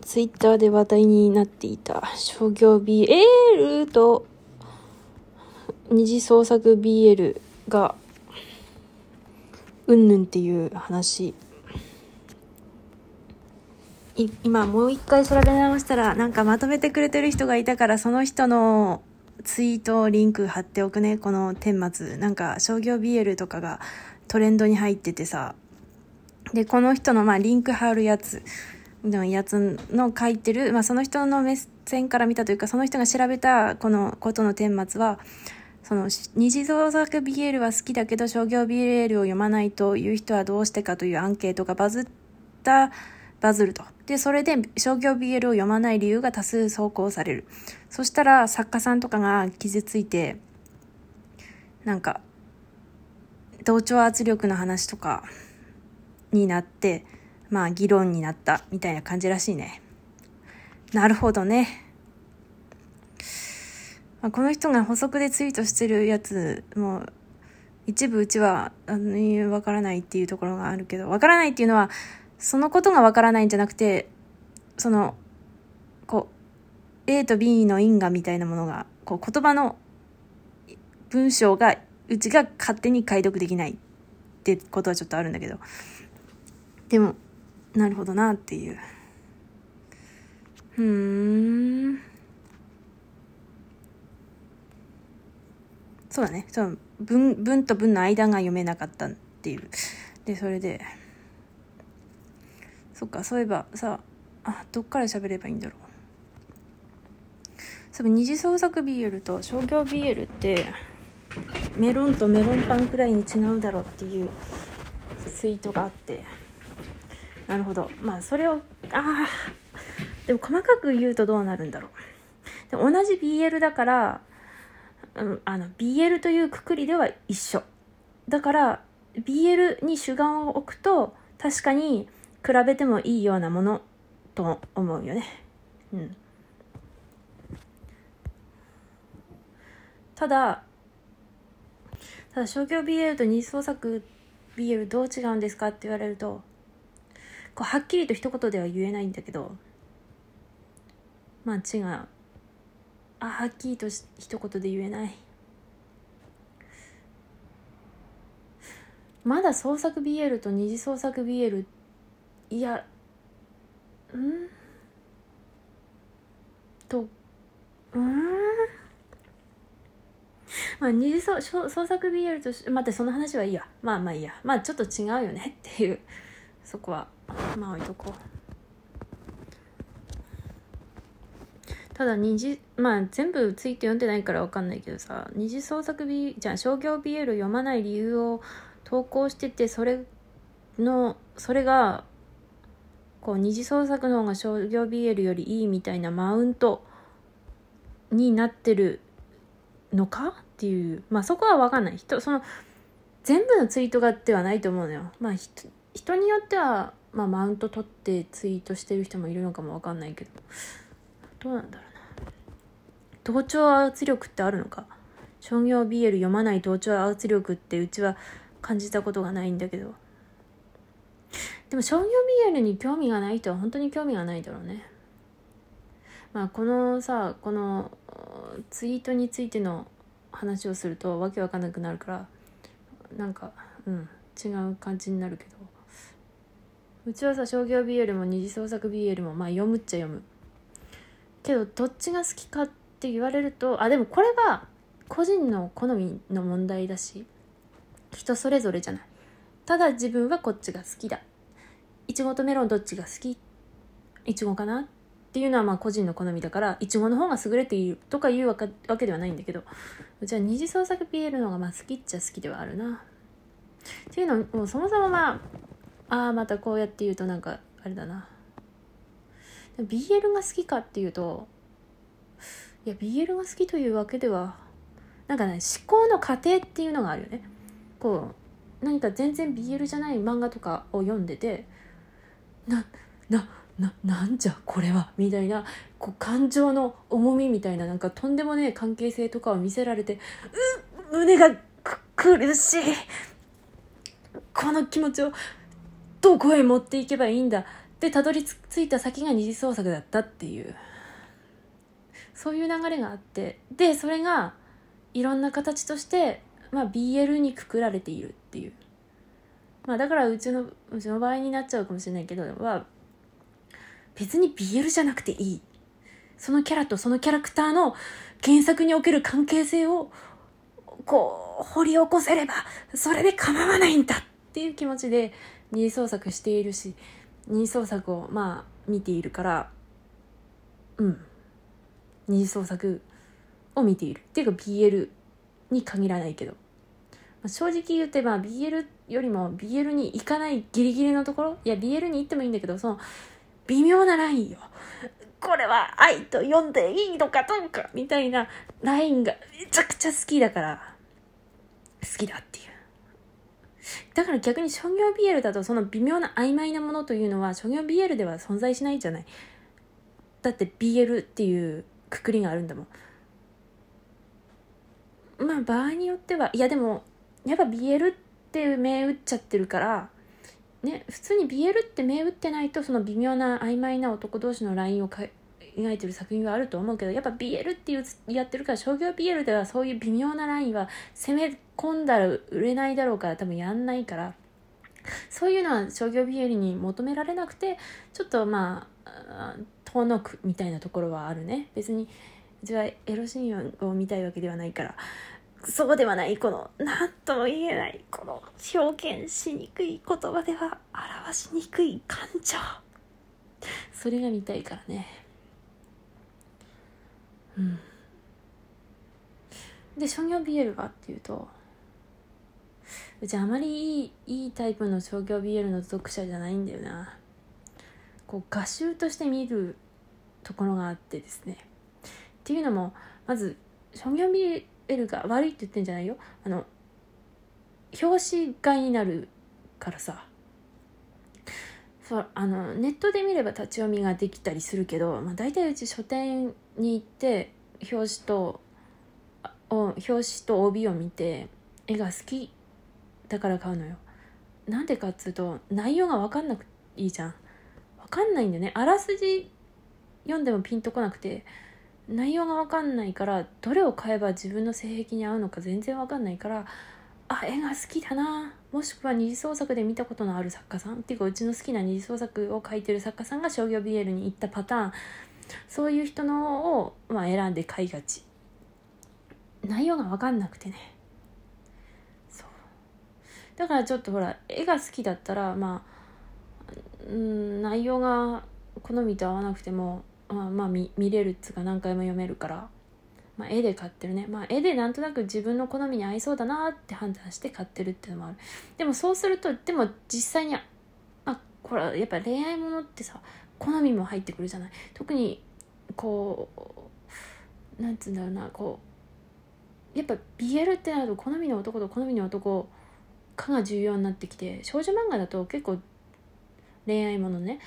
ツイッターで話題になっていた商業 BL と二次創作 BL がうんぬんっていう話。今もう一回調べ直したらなんかまとめてくれてる人がいたから、その人のツイートリンク貼っておくね。この顛末なんか商業 BL とかがトレンドに入っててさ、でこの人のリンク貼るやつの書いてる、その人の目線から見たというか、その人が調べたこのことの顛末は、その二次創作 BL は好きだけど商業 BL を読まないという人はどうしてかというアンケートがバズると。でそれで商業 BL を読まない理由が多数投稿される。そしたら作家さんとかが傷ついて、なんか同調圧力の話とかになって、議論になったみたいな感じらしいね。なるほどね。この人が補足でツイートしてるやつも一部うちはわからないっていうところがあるけど、わからないっていうのはそのことがわからないんじゃなくて、そのA と B の因果みたいなものが言葉の文章がうちが勝手に解読できないってことはちょっとあるんだけど、でもなるほどなっていう。そうだね。その文と文の間が読めなかったっていう。でそれでそっか、そういえばさ、どっから喋ればいいんだろう。二次創作 BL と商業 BL ってメロンとメロンパンくらいに違うだろうっていうツイートがあって、なるほど。それをでも細かく言うとどうなるんだろう。で同じ BL だから、BL というくくりでは一緒だから BL に主眼を置くと確かに比べてもいいようなものと思うよね。ただ商業 BL と二次創作 BL どう違うんですかって言われると、はっきりと一言では言えないんだけど、違う。はっきりと一言で言えない。まだ創作 BL と二次創作 BL、 いや二次創作 BL と待って、その話はいいや。いいや。ちょっと違うよねっていう、そこは置いとこう。ただ全部ツイート読んでないから分かんないけどさ、二次創作 商業 BL を読まない理由を投稿してて、それが二次創作の方が商業 BL よりいいみたいなマウントになってるのかっていう、そこは分かんない。その全部のツイートがではないと思うのよ。人によっては、マウント取ってツイートしてる人もいるのかも分かんないけど、どうなんだろうな。同調圧力ってあるのか。商業 BL 読まない同調圧力ってうちは感じたことがないんだけど、でも商業 BL に興味がない人は本当に興味がないだろうね。このツイートについての話をするとわけわかんなくなるから違う感じになるけど、うちは商業 BL も二次創作 BL も読むっちゃ読むけど、どっちが好きかって言われると、でもこれは個人の好みの問題だし、人それぞれじゃない。ただ自分はこっちが好きだ、いちごとメロンどっちが好き、いちごかなっていうのは個人の好みだから、いちごの方が優れているとかいうわけではないんだけど、うちは二次創作 BL の方が好きっちゃ好きではあるなっていうのも、そもそもまたこうやって言うとあれだな。BL が好きかっていうと、いや BL が好きというわけでは思考の過程っていうのがあるよね。何か全然 BL じゃない漫画とかを読んでて、なんじゃこれはみたいな感情の重みみたいなとんでもねえ関係性とかを見せられて、胸が苦しい、この気持ちをどこへ持っていけばいいんだっでたどり着いた先が二次創作だったっていう、そういう流れがあって、でそれがいろんな形として、BL にくくられているっていう、だからうちの場合になっちゃうかもしれないけど、別に BL じゃなくていい、そのキャラとそのキャラクターの原作における関係性を掘り起こせればそれで構わないんだっていう気持ちで二次創作しているし、二次創作を見ているから、二次創作を見ているっていうか BL に限らないけど、正直言って、BL よりも BL に行かないギリギリのところ、いや BL に行ってもいいんだけど、その微妙なラインよ、これは愛と読んでいいのかどうかみたいなラインがめちゃくちゃ好きだから好きだっていう。だから逆に商業 BL だとその微妙な曖昧なものというのは商業 BL では存在しないじゃない。だって BL っていうくくりがあるんだもん。場合によっては、いやでもやっぱ BL って銘打っちゃってるからね、普通に BL って銘打ってないとその微妙な曖昧な男同士のラインを描いてる作品はあると思うけど、やっぱ BL っていうやってるから、商業 BL ではそういう微妙なラインは攻め込んだら売れないだろうから多分やんないから、そういうのは商業 BL に求められなくて、ちょっと遠のくみたいなところはあるね。別にうちはエロシーンを見たいわけではないから、そうではない、この何とも言えない、この表現しにくい言葉では表しにくい感情、それが見たいからね。で商業 BL はっていうと、うちあまりいいタイプの商業 BL の読者じゃないんだよな。画集として見るところがあってですね。っていうのも、まず商業 BL が悪いって言ってんじゃないよ。表紙買いになるからさ。そうネットで見れば立ち読みができたりするけど、大体うち書店に行って表紙と帯を見て絵が好きだから買うのよ。なんでかっつうと内容が分かんなくていいじゃん。分かんないんだよね。あらすじ読んでもピンとこなくて、内容が分かんないから、どれを買えば自分の性癖に合うのか全然分かんないから、絵が好きだな、もしくは二次創作で見たことのある作家さんっていうか、うちの好きな二次創作を書いてる作家さんが商業 BL に行ったパターン、そういう人のを、選んで買いがち。内容が分かんなくてね。そうだからちょっとほら、絵が好きだったら内容が好みと合わなくても見れるっつうか何回も読めるから、絵で買ってるね。絵でなんとなく自分の好みに合いそうだなって判断して買ってるっていうのもある。でもそうすると、でも実際にこれやっぱ恋愛ものってさ、好みも入ってくるじゃない。特になんつうんだろうな、やっぱ BL ってなると好みの男と好みの男かが重要になってきて、少女漫画だと結構恋愛ものね、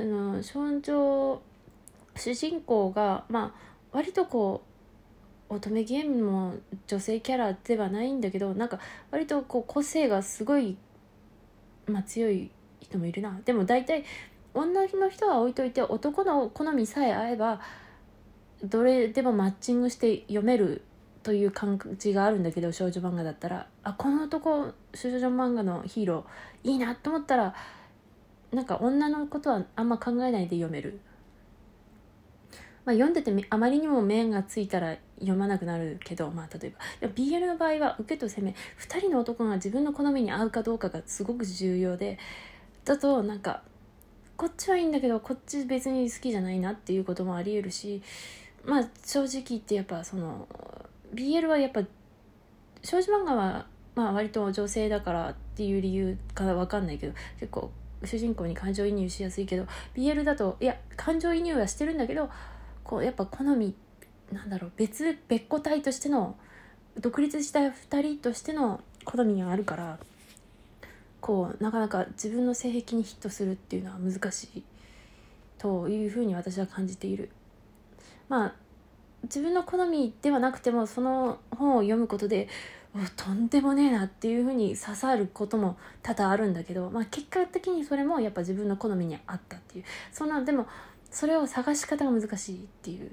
主人公が割と乙女ゲームも女性キャラではないんだけど、割と個性がすごい強い人もいるな。でも大体女の人は置いといて、男の好みさえ合えばどれでもマッチングして読めるという感じがあるんだけど、少女漫画だったらこの男、少女漫画のヒーローいいなと思ったら、女のことはあんま考えないで読める。読んでてあまりにも面がついたら読まなくなるけど、例えばBL の場合は受けと攻め、2人の男が自分の好みに合うかどうかがすごく重要で、だとこっちはいいんだけどこっち別に好きじゃないなっていうこともあり得るし、正直言ってやっぱBL はやっぱ少女漫画は割と女性だからっていう理由か分かんないけど、結構主人公に感情移入しやすいけど、 BL だといや感情移入はしてるんだけど、やっぱ好み別個体としての独立した2人としての好みがあるから、なかなか自分の性癖にヒットするっていうのは難しいというふうに私は感じている。自分の好みではなくてもその本を読むことでとんでもねえなっていう風に刺さることも多々あるんだけど、結果的にそれもやっぱ自分の好みに合ったっていう、でもそれを探し方が難しいっていう。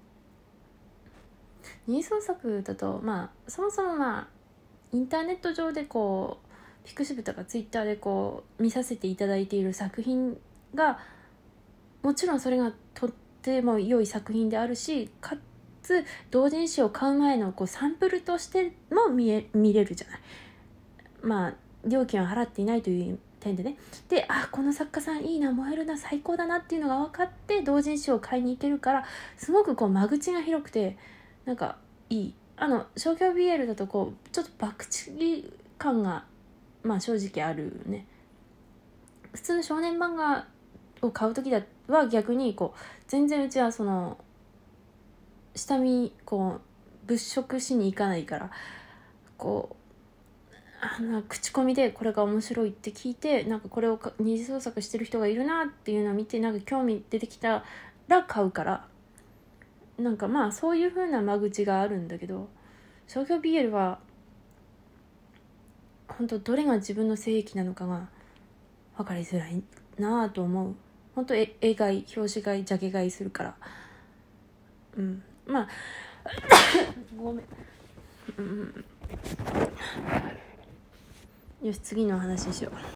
二次創作だとそもそもインターネット上でこうピクシブとかツイッターでこう見させていただいている作品がもちろんそれがとっても良い作品であるし、かつ同人誌を買う前のこうサンプルとしても見れるじゃない。料金は払っていないという点でね。で、この作家さんいいな、燃えるな、最高だなっていうのが分かって同人誌を買いに行けるから、すごくこう間口が広くてなんかいい。商業 BL だとこうちょっと博打感が正直あるね。普通の少年漫画を買う時は逆にこう全然うちはその下見こう物色しに行かないから、こう口コミでこれが面白いって聞いて、これを二次創作してる人がいるなっていうのを見て興味出てきたら買うから、そういう風な間口があるんだけど、商業 BL は本当どれが自分の性域なのかが分かりづらいなと思う。本当絵買い、表紙買い、ジャケ買いするから、ごめん、よし次の話しよう。